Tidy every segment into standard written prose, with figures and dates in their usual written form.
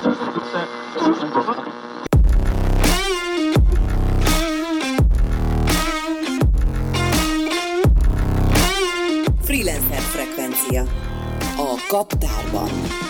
Freelancer frekvencia. A kaptárban.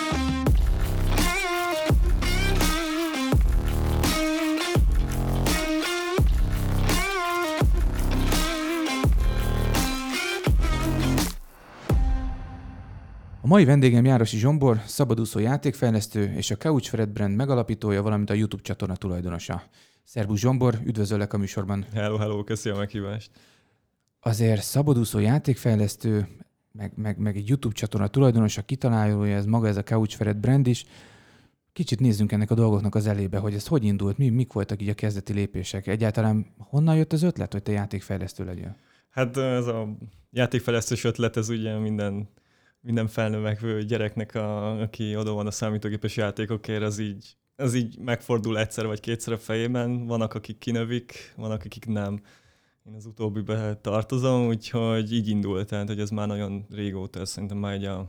A mai vendégem Járosi Zsombor, szabadúszó játékfejlesztő és a Couchfred brand megalapítója, valamint a YouTube csatorna tulajdonosa. Szerbusz Zsombor, üdvözöllek a műsorban. Hello, köszönöm a meghívást. Azért szabadúszó játékfejlesztő, meg egy YouTube csatorna tulajdonosa, kitalálója, ez a Couchfred brand is. Kicsit nézzünk ennek a dolgoknak az elébe, hogy ez hogy indult, mik voltak így a kezdeti lépések. Egyáltalán honnan jött az ötlet, hogy te játékfejlesztő legyél? Hát ez a játékfejlesztős ötlet, ez ugye minden felnövekvő gyereknek, aki oda van a számítógépes játékokért, az így megfordul egyszer vagy kétszer a fejében. Vannak, akik kinövik, vannak, akik nem. Én az utóbbibe tartozom, úgyhogy így indult, tehát hogy ez már nagyon régóta, szerintem már a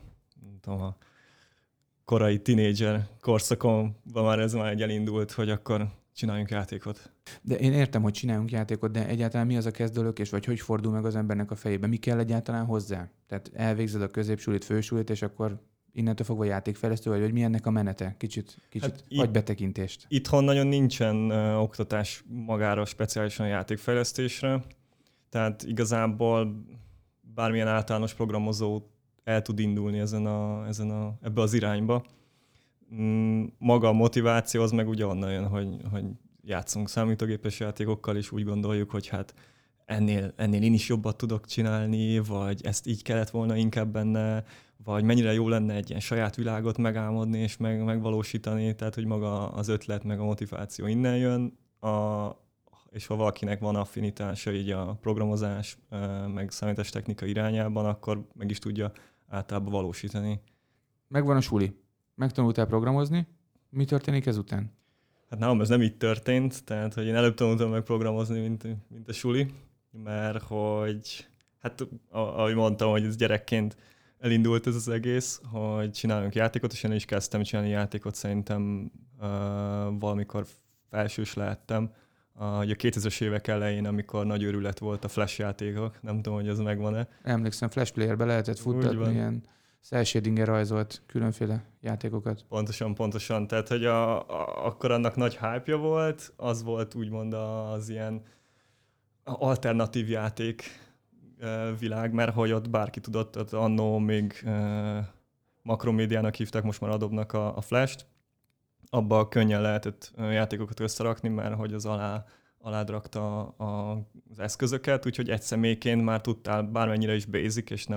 korai tínédzser korszakomban már ez már elindult, hogy akkor csináljunk játékot. De én értem, hogy csináljunk játékot, de egyáltalán mi az a kezdőlökés, vagy hogy fordul meg az embernek a fejébe? Mi kell egyáltalán hozzá? Tehát elvégzed a középsulit, fősulit, és akkor innentől fogva játékfejlesztő vagy mi ennek a menete? Kicsit hát adj betekintést. Itthon nagyon nincsen oktatás magára speciálisan játékfejlesztésre, tehát igazából bármilyen általános programozó el tud indulni ebbe az irányba. Maga a motiváció az meg ugye onnan jön, hogy játszunk számítógépes játékokkal, és úgy gondoljuk, hogy hát ennél én is jobbat tudok csinálni, vagy ezt így kellett volna inkább benne, vagy mennyire jó lenne egy ilyen saját világot megálmodni és megvalósítani, tehát hogy maga az ötlet, meg a motiváció innen jön, és ha valakinek van affinitása így a programozás, meg számítástechnika irányában, akkor meg is tudja általában valósítani. Megvan a suli. Megtanultál programozni? Mi történik ezután? Hát nálam ez nem így történt, tehát hogy én előbb tanultam meg programozni, mint a suli, mert hogy, hát ahogy mondtam, hogy ez gyerekként elindult ez az egész, hogy csináljunk játékot, és én is kezdtem csinálni játékot, szerintem valamikor felsős lehettem, hogy a 2000-es évek elején, amikor nagy őrület volt a Flash játékok, nem tudom, hogy ez megvan-e. Emlékszem, Flash Playerbe lehetett futtatni, ilyen cel-shadinggel rajzolt különféle játékokat. Pontosan. Tehát, hogy akkor annak nagy hype-ja volt, az volt úgymond az ilyen alternatív játék világ, mert hogy ott bárki tudott, ott annó még Makromédiának hívták, most már Adobe-nak a Flash-t. Abba könnyen lehetett játékokat összerakni, mert hogy az alád rakta az eszközöket, úgyhogy egy személyként már tudtál bármennyire is basic, és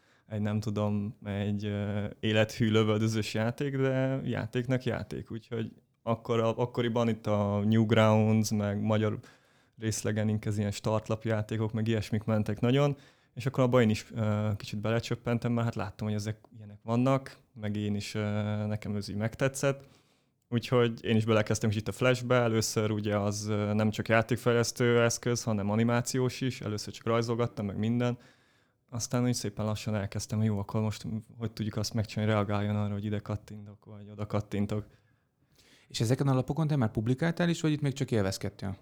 egy élethű lövöldözős játék, de játéknak játék. Úgyhogy akkoriban itt a Newgrounds, meg magyar részlegen ez ilyen startlap játékok, meg ilyesmik mentek nagyon, és akkor abban én is kicsit belecsöppentem, mert hát láttam, hogy ezek ilyenek vannak, meg én is, nekem ez így megtetszett. Úgyhogy én is belekezdtem itt a Flashbe, először ugye az nem csak játékfejlesztő eszköz, hanem animációs is, először csak rajzolgattam, meg minden. Aztán úgy szépen lassan elkezdtem, hogy jó, akkor most hogy tudjuk azt megcsinálni, reagáljon arra, hogy ide kattintok, vagy oda kattintok. És ezeken a lapokon te már publikáltál is, vagy itt még csak élvezkedtél?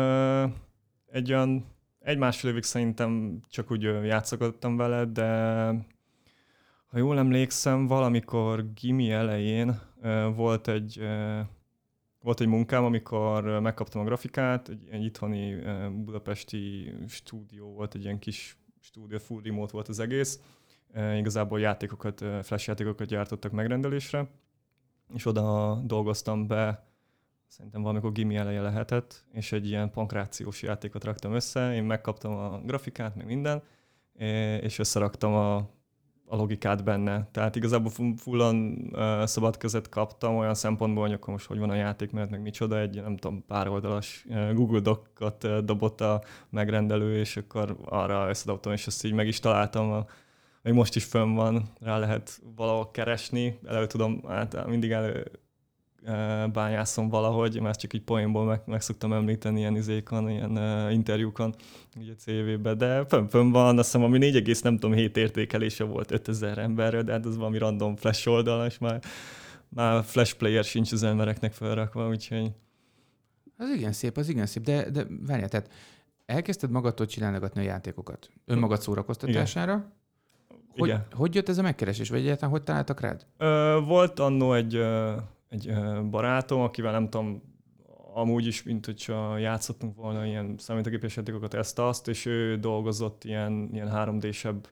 Egy másfél évig szerintem csak úgy játszogattam vele, de ha jól emlékszem, valamikor gimi elején volt egy munkám, amikor megkaptam a grafikát, egy itthoni budapesti stúdió volt, egy ilyen kis stúdió, full remote volt az egész. Igazából flash játékokat gyártottak megrendelésre, és oda dolgoztam be, szerintem valamikor gimi eleje lehetett, és egy ilyen pankrációs játékot raktam össze. Én megkaptam a grafikát, meg minden, és összeraktam a logikát benne. Tehát igazából fullan szabad kezet kaptam olyan szempontból, hogy akkor most hogy van a játékmenet, meg micsoda, egy nem tudom, pár oldalas Google Doc-ot dobott a megrendelő, és akkor arra összedobtam, és ezt így meg is találtam. Még most is fönn van, rá lehet valahol keresni, tudom, hát mindig bányászom valahogy, mert csak így poénból meg szoktam említeni ilyen ilyen interjúkon, ugye CV-be, de fönn van, azt hiszem, ami 4,7 értékelése volt 5000 emberről, de hát ez valami random Flash oldal, és már flash player sincs az embereknek felrakva, úgyhogy... Az igen szép, de várjál, tehát elkezdted magadtól csinálgatni a játékokat önmagad szórakoztatására. Hogy jött ez a megkeresés, vagy egyáltalán hogy találtak rád? Volt annó egy barátom, akivel nem tudom, amúgy is, mint hogyha játszottunk volna ilyen számítógépes játékokat, ezt-azt, és ő dolgozott ilyen 3D-sebb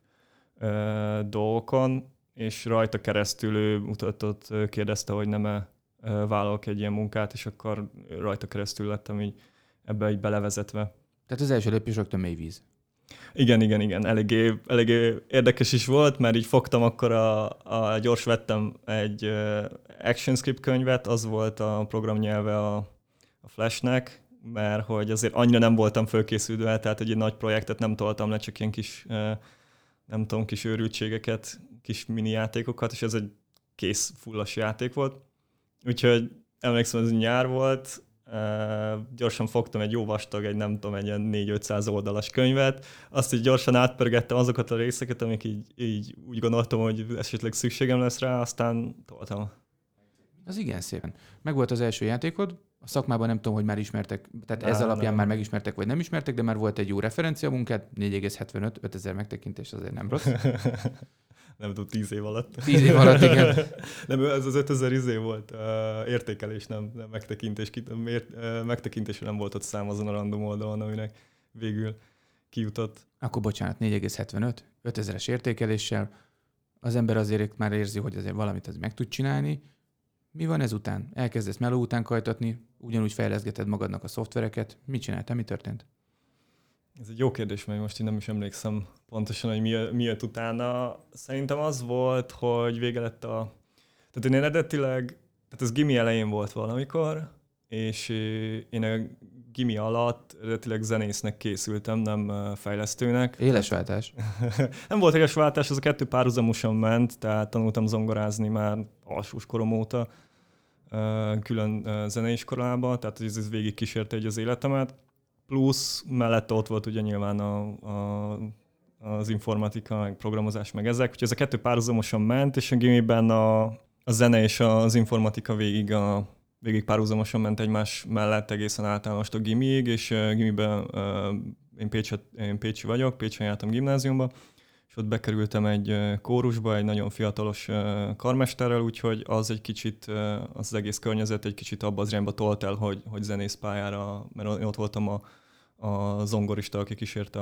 dolgokon, és rajta keresztül ő mutatott, kérdezte, hogy nem-e vállalok egy ilyen munkát, és akkor rajta keresztül lettem így ebbe így belevezetve. Tehát az első lépés rögtön mély víz. Igen. Eléggé érdekes is volt, mert így fogtam, akkor gyors vettem egy ActionScript könyvet, az volt a programnyelve a Flashnek, mert hogy azért annyira nem voltam fölkészülve, tehát egy nagy projektet nem toltam le, csak ilyen kis, nem tudom, kis őrültségeket, kis mini játékokat, és ez egy kész fullas játék volt. Úgyhogy emlékszem, ez nyár volt, gyorsan fogtam egy jó vastag, egy ilyen 400-500 oldalas könyvet, azt így gyorsan átpörgettem azokat a részeket, amik így úgy gondoltam, hogy esetleg szükségem lesz rá, aztán toltam. Az igen szépen. Megvolt az első játékod, a szakmában nem tudom, hogy már ismertek, tehát ez alapján már megismertek, vagy nem ismertek, de már volt egy jó referencia munkát, 4,75, 5000 megtekintés azért nem rossz. Nem tudom, 10 év alatt. 10 év alatt, igen. Nem, ez az 5000 volt. Értékelés, nem megtekintés. Megtekintésre nem volt ott szám azon a random oldalon, aminek végül kijutott. Akkor bocsánat, 4,75, 5000-es értékeléssel. Az ember azért már érzi, hogy azért valamit az meg tud csinálni. Mi van ezután? Elkezdesz meló után kajtatni, ugyanúgy fejleszgeted magadnak a szoftvereket. Mit csináltál? Mi történt? Ez egy jó kérdés, mert most én nem is emlékszem pontosan, hogy mi jött utána. Szerintem az volt, hogy vége lett Tehát én eredetileg, tehát ez gimi elején volt valamikor, és én a gimi alatt eredetileg zenésznek készültem, nem fejlesztőnek. Élesváltás. Nem volt élesváltás, az a kettő párhuzamosan ment, tehát tanultam zongorázni már alsós korom óta külön zeneiskolába, tehát ez végig kísérte az életemet. Plusz mellette ott volt ugye nyilván az informatika, meg programozás, meg ezek, úgyhogy ez a kettő párhuzamosan ment, és a gimiben a zene és az informatika végig párhuzamosan ment egymás mellett egészen általános a gimiig, és gimiben én pécsi vagyok, Pécsen jártam gimnáziumba, és ott bekerültem egy kórusba, egy nagyon fiatalos karmesterrel, úgyhogy az egy kicsit, az egész környezet egy kicsit abba az irányba tolt el, hogy zenészpályára, mert ott voltam a zongorista, aki kísérte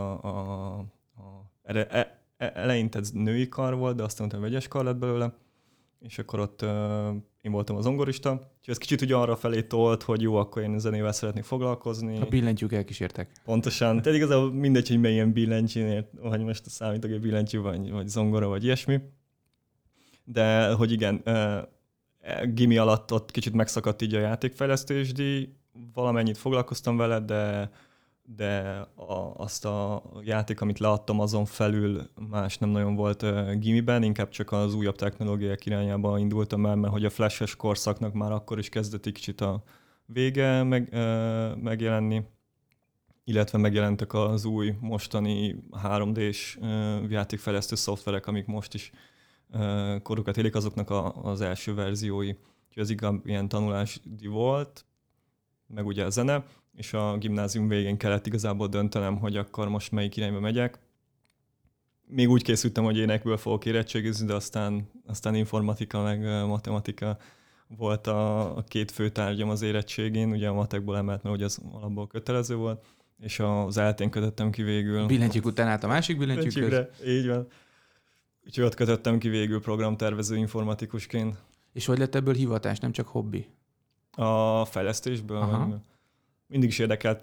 eleinte női kar volt, de aztán utána vegyes kar lett belőle, és akkor ott én voltam a zongorista, úgyhogy ez kicsit ugye arra felé tolt, hogy jó, akkor én zenével szeretnék foglalkozni. A billentyűk elkísértek. Pontosan. Tehát igazából mindegy, hogy milyen billentyűnél, vagy most a számítógép billentyű, vagy zongora, vagy ilyesmi. De hogy igen, gimi alatt ott kicsit megszakadt így a játékfejlesztésdíj, valamennyit foglalkoztam vele, de azt a játék, amit leadtam, azon felül más nem nagyon volt gimiben, inkább csak az újabb technológiák irányába indultam el, mert hogy a flashes korszaknak már akkor is kezdett egy kicsit a vége megjelenni, illetve megjelentek az új mostani 3D-s játékfejlesztő szoftverek, amik most is korukat élik, azoknak az első verziói. Úgyhogy ez inkább ilyen tanulásdi volt, meg ugye a zene, és a gimnázium végén kellett igazából döntenem, hogy akkor most melyik irányba megyek. Még úgy készültem, hogy énekből fogok érettségizni, de aztán informatika meg matematika volt a két fő tárgyam az érettségén. Ugye a matekból emelt, mert ugye az alapból kötelező volt, és az eltén kötöttem ki végül. Billentyűk után át a másik billentyűkhöz. Így van. Úgyhogy ott kötöttem ki végül programtervező informatikusként. És hogy lett ebből hivatás, nem csak hobbi? A fejlesztésből? Mindig is érdekelt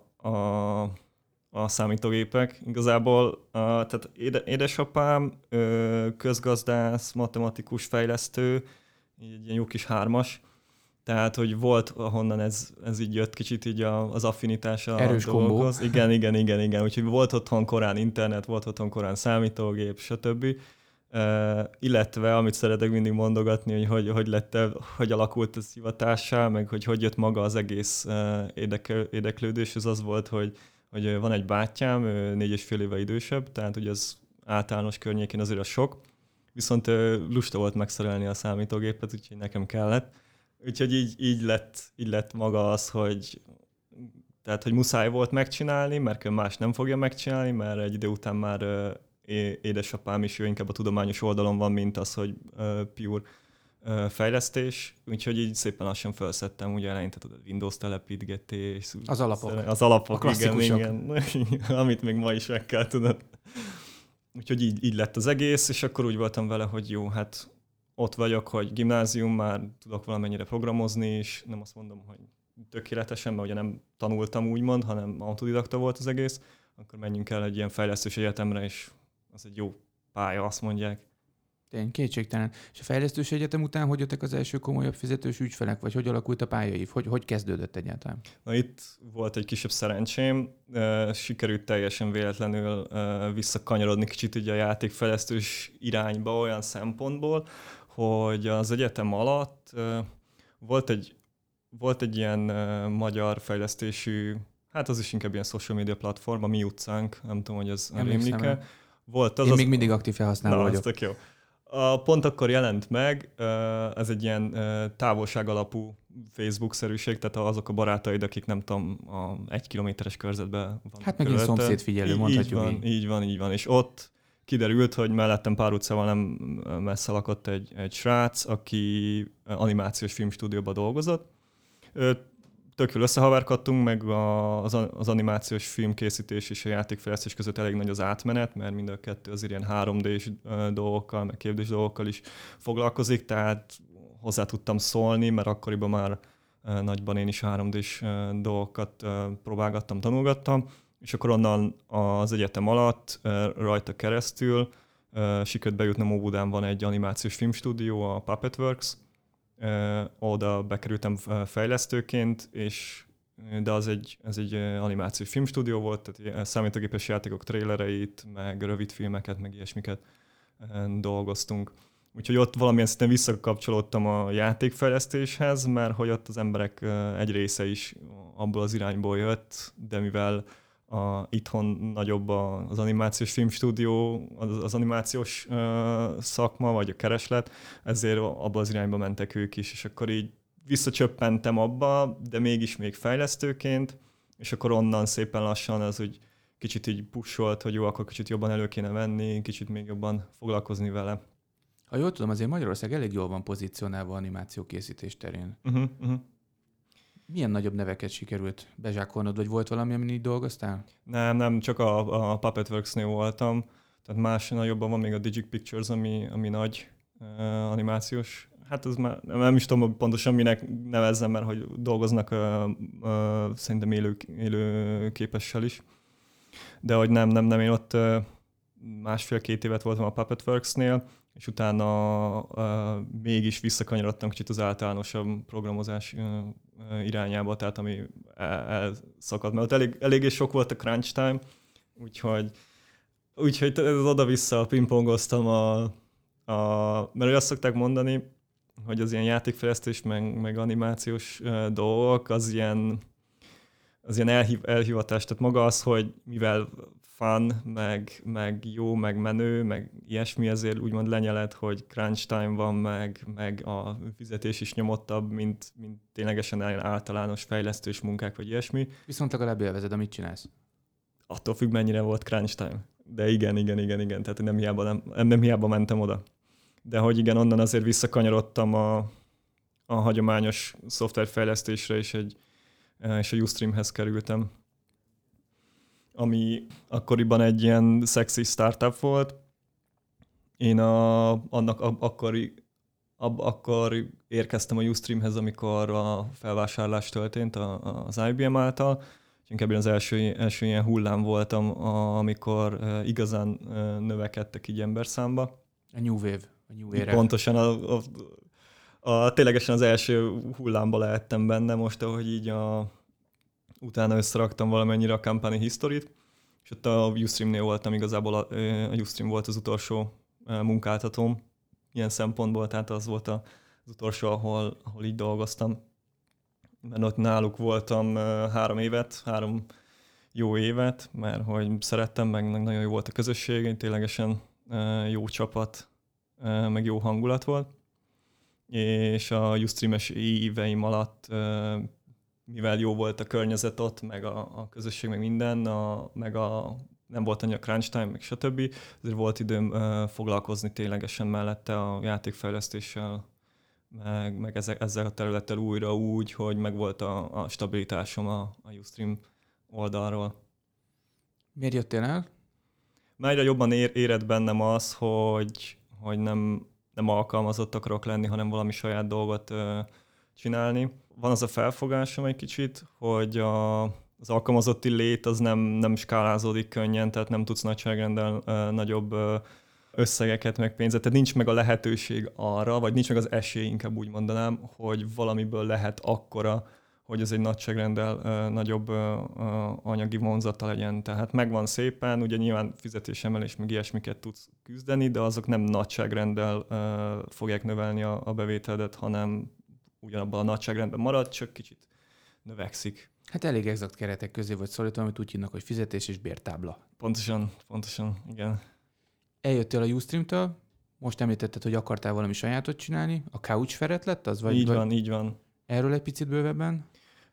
a számítógépek. Igazából tehát édesapám közgazdász, matematikus, fejlesztő, egy ilyen jó kis hármas. Tehát, hogy volt, ahonnan ez így jött kicsit így az affinitása. Erős kombó. Igen. Úgyhogy volt otthon korán internet, volt otthon korán számítógép, stb. Illetve, amit szeretek mindig mondogatni, hogy alakult ez hivatássá, meg hogy jött maga az egész érdeklődés, az volt, hogy van egy bátyám, ő 4,5 éve idősebb, tehát ugye az általános környékén azért a sok, viszont lusta volt megszerelni a számítógépet, úgyhogy nekem kellett. Úgyhogy így lett maga az, hogy tehát, hogy muszáj volt megcsinálni, mert más nem fogja megcsinálni, mert egy idő után már édesapám is, ő inkább a tudományos oldalon van, mint az, hogy pure fejlesztés, úgyhogy így szépen lassan felszettem, ugye eleinte tudod, Windows telepítgetés. Az alapok. Az alapok, a igen. Amit még ma is meg kell tudod. Úgyhogy így lett az egész, és akkor úgy voltam vele, hogy jó, hát ott vagyok, hogy gimnázium, már tudok valamennyire programozni, és nem azt mondom, hogy tökéletesen, mert ugye nem tanultam úgymond, hanem autodidakta volt az egész, akkor menjünk el egy ilyen fejlesztős egyetemre, és az egy jó pálya, azt mondják. Tény, kétségtelen. És a fejlesztős egyetem után hogy jöttek az első komolyabb fizetős ügyfelek, vagy hogy alakult a pályaív? Hogy kezdődött egyáltalán? Na itt volt egy kisebb szerencsém, sikerült teljesen véletlenül visszakanyarodni kicsit ugye a játékfejlesztős irányba olyan szempontból, hogy az egyetem alatt volt egy ilyen magyar fejlesztésű, hát az is inkább ilyen social media platform, a Mi utcánk, nem tudom, hogy ez rémlik-e. Én még mindig aktív felhasználó vagyok. Tök jó. Pont akkor jelent meg, ez egy ilyen távolság alapú Facebook-szerűség, tehát azok a barátaid, akik nem tudom, a 1 kilométeres körzetben van. Hát meg egy szomszédfigyelő, mondhatjuk így. Így van. És ott kiderült, hogy mellettem pár utcával nem messze lakott egy srác, aki animációs filmstúdióban dolgozott. Tök jól összehaverkodtunk, meg az animációs filmkészítés és a játékfejlesztés között elég nagy az átmenet, mert mind a kettő azért ilyen 3D-s dolgokkal, meg képdés dolgokkal is foglalkozik, tehát hozzá tudtam szólni, mert akkoriban már nagyban én is 3D-s dolgokat próbálgattam, tanulgattam, és akkor onnan az egyetem alatt rajta keresztül sikerült bejutnom, Óbudán van egy animációs filmstúdió, a Puppetworks, oda bekerültem fejlesztőként, de az egy animációs filmstúdió volt, tehát számítógépes játékok trélereit, meg rövid filmeket, meg ilyesmiket dolgoztunk. Úgyhogy ott valamilyen szinten visszakapcsolódtam a játékfejlesztéshez, mert hogy ott az emberek egy része is abból az irányból jött, de mivel itthon nagyobb az animációs filmstúdió, az animációs szakma, vagy a kereslet, ezért abba az irányba mentek ők is, és akkor így visszacsöppentem abba, de mégis még fejlesztőként, és akkor onnan szépen lassan az úgy kicsit így pusholt, hogy jó, akkor kicsit jobban elő kéne venni, kicsit még jobban foglalkozni vele. Ha jól tudom, azért Magyarország elég jól van pozícionálva animációkészítés terén. Milyen nagyobb neveket sikerült bezsákolnod, vagy volt valami, amin így dolgoztál? Nem, csak a Puppetworks-nél voltam. Tehát más nagyobban van még a Digic Pictures, ami nagy animációs. Hát az már nem is tudom pontosan minek nevezzem, mert hogy dolgoznak szerintem élő képessel is. De hogy nem, én ott 1,5-2 évet voltam a Puppetworks-nél, és utána mégis visszakanyarodtam kicsit az általánosabb programozás irányába, tehát ami elszakadt, mert ott eléggé sok volt a crunch time, úgyhogy oda-vissza pingpongoztam mert azt szokták mondani, hogy az ilyen játékfejlesztés, meg animációs dolgok, az ilyen elhivatás, tehát maga az, hogy mivel fun, meg jó, meg menő, meg ilyesmi, ezért úgymond lenyeled, hogy crunch time van, meg a fizetés is nyomottabb, mint ténylegesen általános fejlesztős munkák, vagy ilyesmi. Viszont legalább élvezed, amit csinálsz. Attól függ, mennyire volt crunch time. De igen. Tehát nem hiába mentem oda. De hogy igen, onnan azért visszakanyarodtam a hagyományos szoftverfejlesztésre, és a Ustreamhez kerültem, ami akkoriban egy ilyen szexi startup volt. Én akkor érkeztem a Ustreamhez, amikor a felvásárlás történt az IBM által. Inkább én az első ilyen hullám voltam, amikor igazán növekedtek így emberszámba. A New Wave, a New Era. Pontosan ténylegesen az első hullámba lehettem benne most, ahogy így utána összeraktam valamennyire a company historyt, és ott a Ustreamnél voltam igazából, a Ustream volt az utolsó munkáltatóm ilyen szempontból, tehát az volt az utolsó, ahol így dolgoztam. Mert ott náluk voltam 3 jó évet, mert hogy szerettem, meg nagyon jó volt a közösség, ténylegesen jó csapat, meg jó hangulat volt. És a Ustream-es éveim alatt, mivel jó volt a környezet ott, meg a közösség, meg minden, nem volt annyi a crunch time, meg stb. Ezért volt időm foglalkozni ténylegesen mellette a játékfejlesztéssel, meg ezzel a területtel újra úgy, hogy megvolt a stabilitásom a Ustream oldalról. Miért jöttél el? Már egyre jobban érett bennem az, hogy nem alkalmazott akarok lenni, hanem valami saját dolgot csinálni. Van az a felfogásom egy kicsit, hogy az alkalmazotti lét az nem skálázódik könnyen, tehát nem tudsz nagyságrendel nagyobb összegeket, meg pénzet, tehát nincs meg a lehetőség arra, vagy nincs meg az esély, inkább úgy mondanám, hogy valamiből lehet akkora, hogy ez egy nagyságrendel nagyobb anyagi vonzata legyen. Tehát megvan szépen, ugye nyilván fizetésemelés, meg ilyesmiket tudsz küzdeni, de azok nem nagyságrendel fogják növelni a bevételedet, hanem ugyanabban a nagyságrendben marad, csak kicsit növekszik. Hát elég exakt keretek közé vagy szorítva, amit úgy hívnak, hogy fizetés és bértábla. Pontosan, igen. Eljöttél a Ustream-től, most említetted, hogy akartál valami sajátot csinálni. A Couch Ferret lett az? Így van. Erről egy picit bővebben?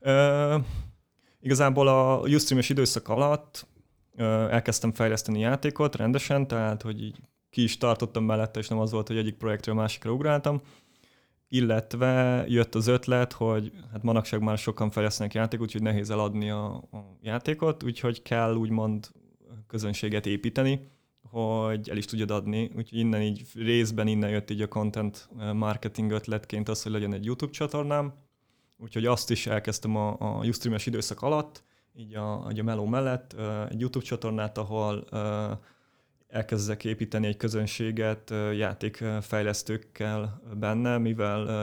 Igazából a Ustream-es időszak alatt elkezdtem fejleszteni játékot rendesen, tehát hogy így ki is tartottam mellette, és nem az volt, hogy egyik projektről másikra ugráltam. Illetve jött az ötlet, hogy hát manapság már sokan fejlesztenek játékot, úgyhogy nehéz eladni a játékot, úgyhogy kell úgymond közönséget építeni, hogy el is tudjad adni. Úgyhogy innen jött így a content marketing ötletként az, hogy legyen egy YouTube csatornám. Úgyhogy azt is elkezdtem a Ustream-es időszak alatt, így a meló mellett egy YouTube csatornát, ahol elkezdek építeni egy közönséget játékfejlesztőkkel benne, mivel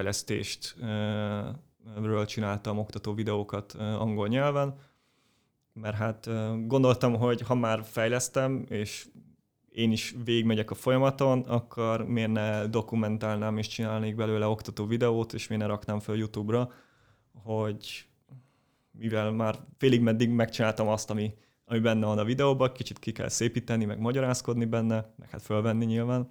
játékfejlesztésről csináltam oktató videókat angol nyelven, mert hát gondoltam, hogy ha már fejlesztem, és én is végigmegyek a folyamaton, akkor miért ne dokumentálnám és csinálnék belőle oktató videót, és miért ne raknám fel YouTube-ra, hogy mivel már félig meddig megcsináltam azt, ami benne van a videóban, kicsit ki kell szépíteni, meg magyarázkodni benne, meg hát fölvenni nyilván.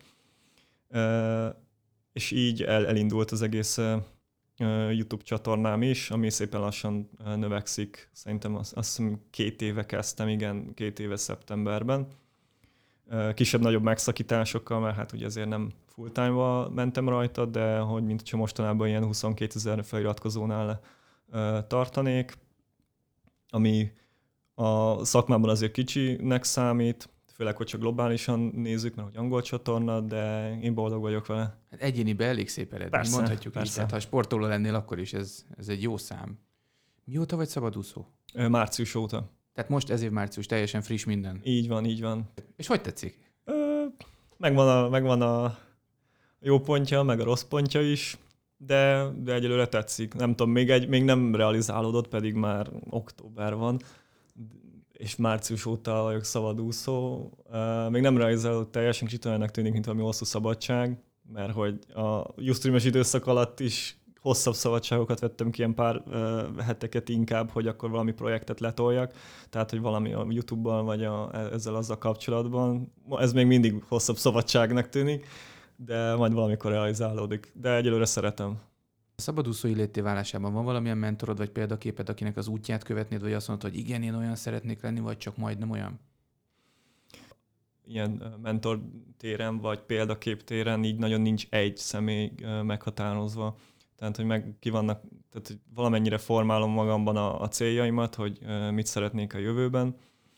És így elindult az egész YouTube csatornám is, ami szépen lassan növekszik. Szerintem azt hiszem 2 éve kezdtem, igen, 2 éve szeptemberben. Kisebb-nagyobb megszakításokkal, mert hát ugye azért nem full-time-ba mentem rajta, de hogy mint mostanában ilyen 22 000 feliratkozónál tartanék, ami a szakmában azért kicsinek számít, főleg, hogy csak globálisan nézzük, mert hogy angol csatorna, de én boldog vagyok vele. Hát egyéniben elég szép eredmény, mondhatjuk így. Tehát ha sportoló lennél, akkor is ez egy jó szám. Mióta vagy szabadúszó? Március óta. Tehát most ez év március, teljesen friss minden. Így van. És hogy tetszik? Megvan a jó pontja, meg a rossz pontja is, de egyelőre tetszik. Nem tudom, még nem realizálódott, pedig már október van, és március óta vagyok szabadúszó. Még nem realizálódott teljesen, kicsit olyannak tűnik, mint valami hosszú szabadság, mert hogy a Ustream-es időszak alatt is hosszabb szabadságokat vettem ki, ilyen pár heteket inkább, hogy akkor valami projektet letoljak. Tehát, hogy valami a YouTube-ban vagy azzal kapcsolatban. Ez még mindig hosszabb szabadságnak tűnik, de majd valamikor realizálódik. De egyelőre szeretem. A szabadúszói létté válásában van valamilyen mentorod vagy példaképed, akinek az útját követnéd, vagy azt mondod, hogy igen, én olyan szeretnék lenni, vagy csak majdnem olyan? Ilyen mentor téren, vagy példakép téren így nagyon nincs egy személy meghatározva. Tehát, hogy tehát valamennyire formálom magamban a céljaimat, hogy mit szeretnék a jövőben,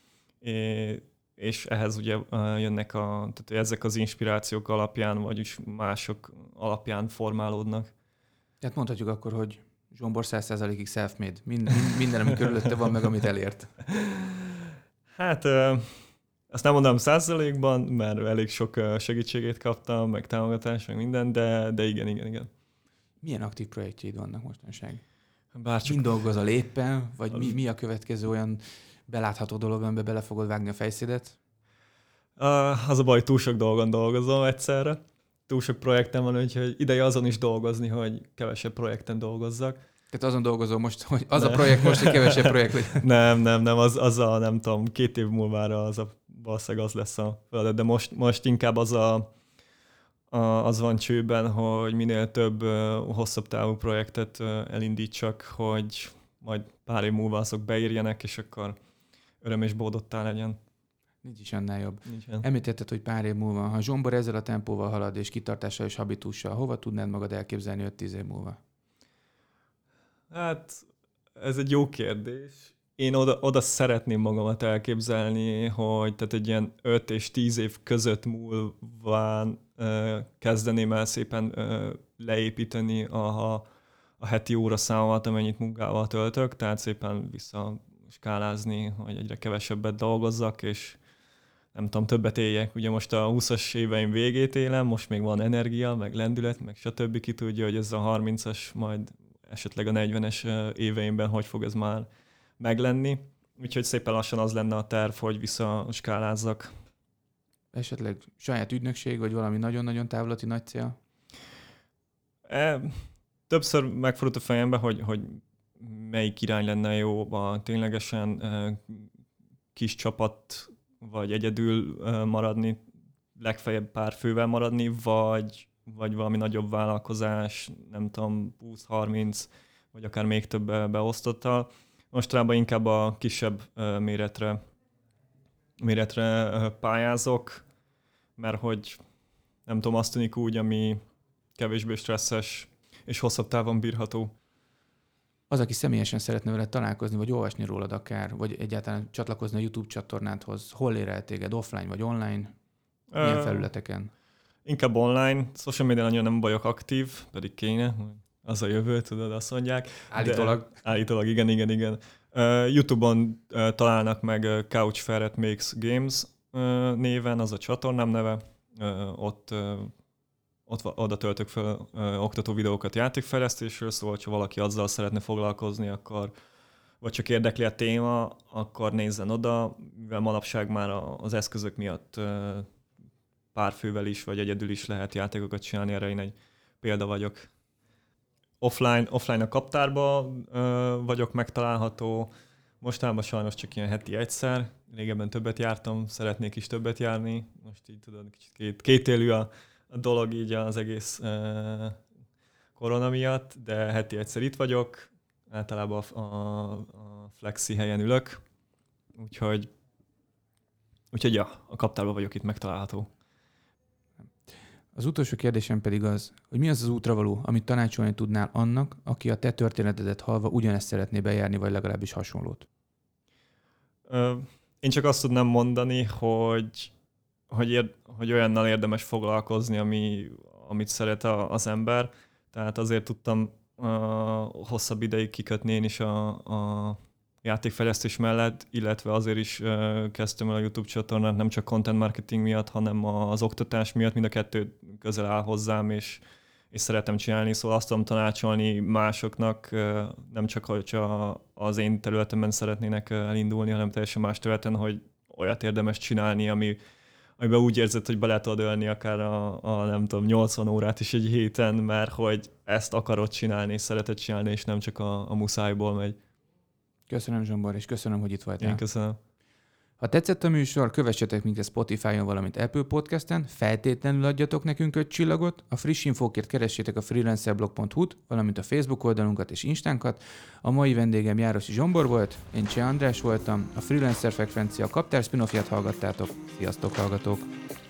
és ehhez ugye jönnek tehát ezek az inspirációk alapján, vagyis mások alapján formálódnak. Tehát mondhatjuk akkor, hogy Zsombor 100%-ig self-made. Minden, ami körülötte van, meg amit elért. Hát azt nem mondom 100%-ban, mert elég sok segítségét kaptam, meg támogatás, meg minden, de igen. Milyen aktív projektjeid vannak mostanság? Bárcsak... Mind dolgozol éppen, vagy mi a következő olyan belátható dolog, amiben bele fogod vágni a fejszédet? Az a baj, hogy túl sok dolgon dolgozom egyszerre. Túl sok projektem van, úgyhogy ideje azon is dolgozni, hogy kevesebb projekten dolgozzak. Tehát azon dolgozol most, hogy az a projekt most, hogy kevesebb projekt legyen. Nem, nem tudom, 2 év múlvára valószínűleg az lesz a feladat, de most inkább az az van csőben, hogy minél több hosszabb távú projektet elindítsak, hogy majd pár év múlva azok beírjanak, és akkor öröm és boldottá legyen. Nincs is annál jobb. Nincsen. Említetted, hogy pár év múlva, ha Zsombor ezzel a tempóval halad, és kitartással és habitussal, hova tudnád magad elképzelni 5-10 év múlva? Hát, ez egy jó kérdés. Én oda szeretném magamat elképzelni, hogy tehát egy ilyen 5 és 10 év között múlván kezdeném el szépen leépíteni a heti óraszámomat, amennyit munkával töltök, tehát szépen visszaskálázni, hogy egyre kevesebbet dolgozzak, és nem tudom, többet éljek. Ugye most a 20-as éveim végét élem, most még van energia, meg lendület, meg stb. Ki tudja, hogy ez a 30-as, majd esetleg a 40-es éveimben hogy fog ez már meglenni. Úgyhogy szépen lassan az lenne a terv, hogy visszaskálázzak. Esetleg saját ügynökség, vagy valami nagyon-nagyon távlati nagy cél? Többször megfordult a fejembe, hogy melyik irány lenne jó, ténylegesen kis csapat, vagy egyedül maradni, legfeljebb pár fővel maradni, vagy valami nagyobb vállalkozás, nem tudom, 20-30, vagy akár még több beosztottal. Mostanában inkább a kisebb méretre pályázok, mert hogy nem tudom, azt tűnik úgy, ami kevésbé stresszes és hosszabb távon bírható. Az, aki személyesen szeretne veled találkozni, vagy olvasni rólad akár, vagy egyáltalán csatlakozni a YouTube csatornádhoz, hol ér el téged, offline vagy online? Milyen felületeken? Inkább online. Social media nagyon nem vagyok aktív, pedig kéne. Az a jövő, tudod, azt mondják. Állítólag, igen. YouTube-on találnak meg Couch Ferret Makes Games néven, az a csatornám neve. Oda töltök fel oktató videókat játékfejlesztésről, szóval ha valaki azzal szeretne foglalkozni, akkor vagy csak érdekli a téma, akkor nézzen oda, mivel manapság már az eszközök miatt pár fővel is, vagy egyedül is lehet játékokat csinálni, erre én egy példa vagyok. Offline a kaptárban vagyok megtalálható, mostában sajnos csak ilyen heti egyszer, régebben többet jártam, szeretnék is többet járni, most így tudod, kicsit kétélű a dolog így az egész korona miatt, de heti egyszer itt vagyok, általában a flexi helyen ülök, úgyhogy ja, a kaptárban vagyok itt megtalálható. Az utolsó kérdésem pedig az, hogy mi az útravaló, amit tanácsolni tudnál annak, aki a te történetedet hallva ugyanezt szeretné bejárni, vagy legalábbis hasonlót? Én csak azt tudnám mondani, hogy olyannal érdemes foglalkozni, amit szeret az ember. Tehát azért tudtam hosszabb ideig kikötni én is a játékfejlesztés mellett, illetve azért is kezdtem el a YouTube csatornát, nem csak content marketing miatt, hanem az oktatás miatt, mind a kettő közel áll hozzám, és szeretem csinálni, szóval azt tudom tanácsolni másoknak, nem csak hogyha az én területemben szeretnének elindulni, hanem teljesen más területen, hogy olyat érdemes csinálni, amiben úgy érzed, hogy bele tudod ölni akár a nem tudom, 80 órát is egy héten, mert hogy ezt akarod csinálni, és szereted csinálni, és nem csak a muszájból megy. Köszönöm, Zsombor, és köszönöm, hogy itt voltál. Én köszönöm. Ha tetszett a műsor, kövessetek minket Spotify-on, valamint Apple Podcasten, feltétlenül adjatok nekünk 5 csillagot, a friss infókért keressétek a freelancerblog.hu-t, valamint a Facebook oldalunkat és Instánkat. A mai vendégem Járosi Zsombor volt, én Cseh András voltam, a Freelancer Frekvencia kaptár spin-offját hallgattátok. Sziasztok, hallgatók!